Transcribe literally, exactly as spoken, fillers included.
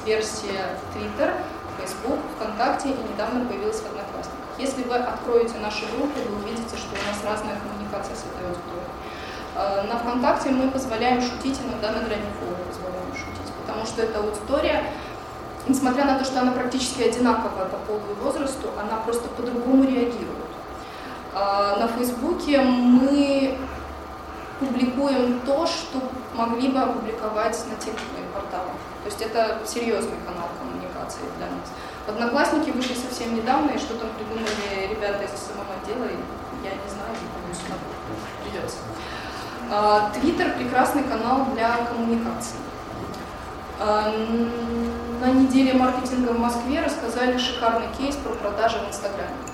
версия Twitter, Facebook, ВКонтакте и недавно появилась в Одноклассниках. Если вы откроете наши группы, вы увидите, что у нас разная коммуникация с этой аудиторией. На ВКонтакте мы позволяем шутить, иногда на грани фола позволяем шутить, потому что эта аудитория, несмотря на то, что она практически одинаковая по полу и возрасту, она просто по-другому реагирует. На Фейсбуке мы публикуем то, что могли бы опубликовать на текстовых порталах. То есть это серьезный канал коммуникации для нас. Одноклассники вышли совсем недавно, и что там придумали ребята из эс эм эм-отдела, я не знаю, не помню, смотрю, придется. Твиттер – прекрасный канал для коммуникации. На неделе маркетинга в Москве рассказали шикарный кейс про продажи в Инстаграме.